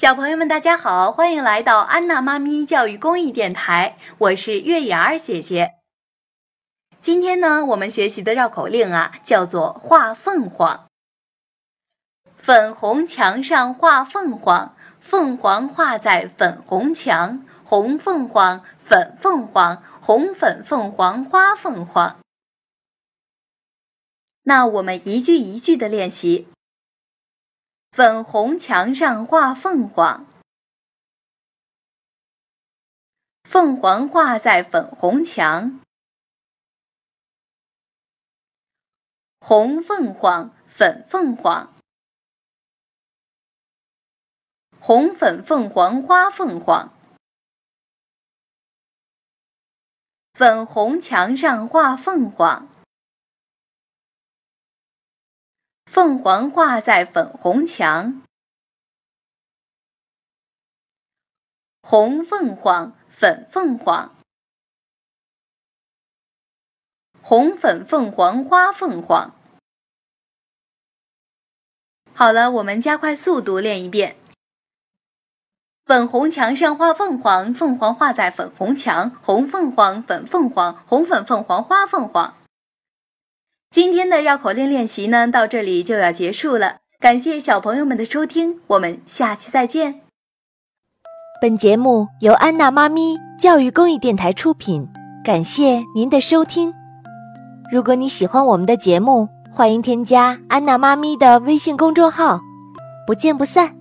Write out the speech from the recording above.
小朋友们，大家好，欢迎来到安娜妈咪教育公益电台，我是月牙儿姐姐。今天呢，我们学习的绕口令叫做画凤凰。粉红墙上画凤凰，凤凰画在粉红墙，红凤凰，粉凤凰，红粉凤凰花凤凰。那我们一句一句的练习。粉红墙上画凤凰，凤凰画在粉红墙，红凤凰，粉凤凰，红粉凤凰花凤凰。粉红墙上画凤凰，凤凰画在粉红墙，红凤凰，粉凤凰，红粉凤凰花凤凰。好了，我们加快速度练一遍。粉红墙上画凤凰，凤凰画在粉红墙，红凤凰，粉凤凰，红粉凤凰花凤凰。今天的绕口令练习呢，到这里就要结束了。感谢小朋友们的收听，我们下期再见。 本节目由安娜妈咪教育公益电台出品，感谢您的收听。如果你喜欢我们的节目，欢迎添加安娜妈咪的微信公众号，不见不散。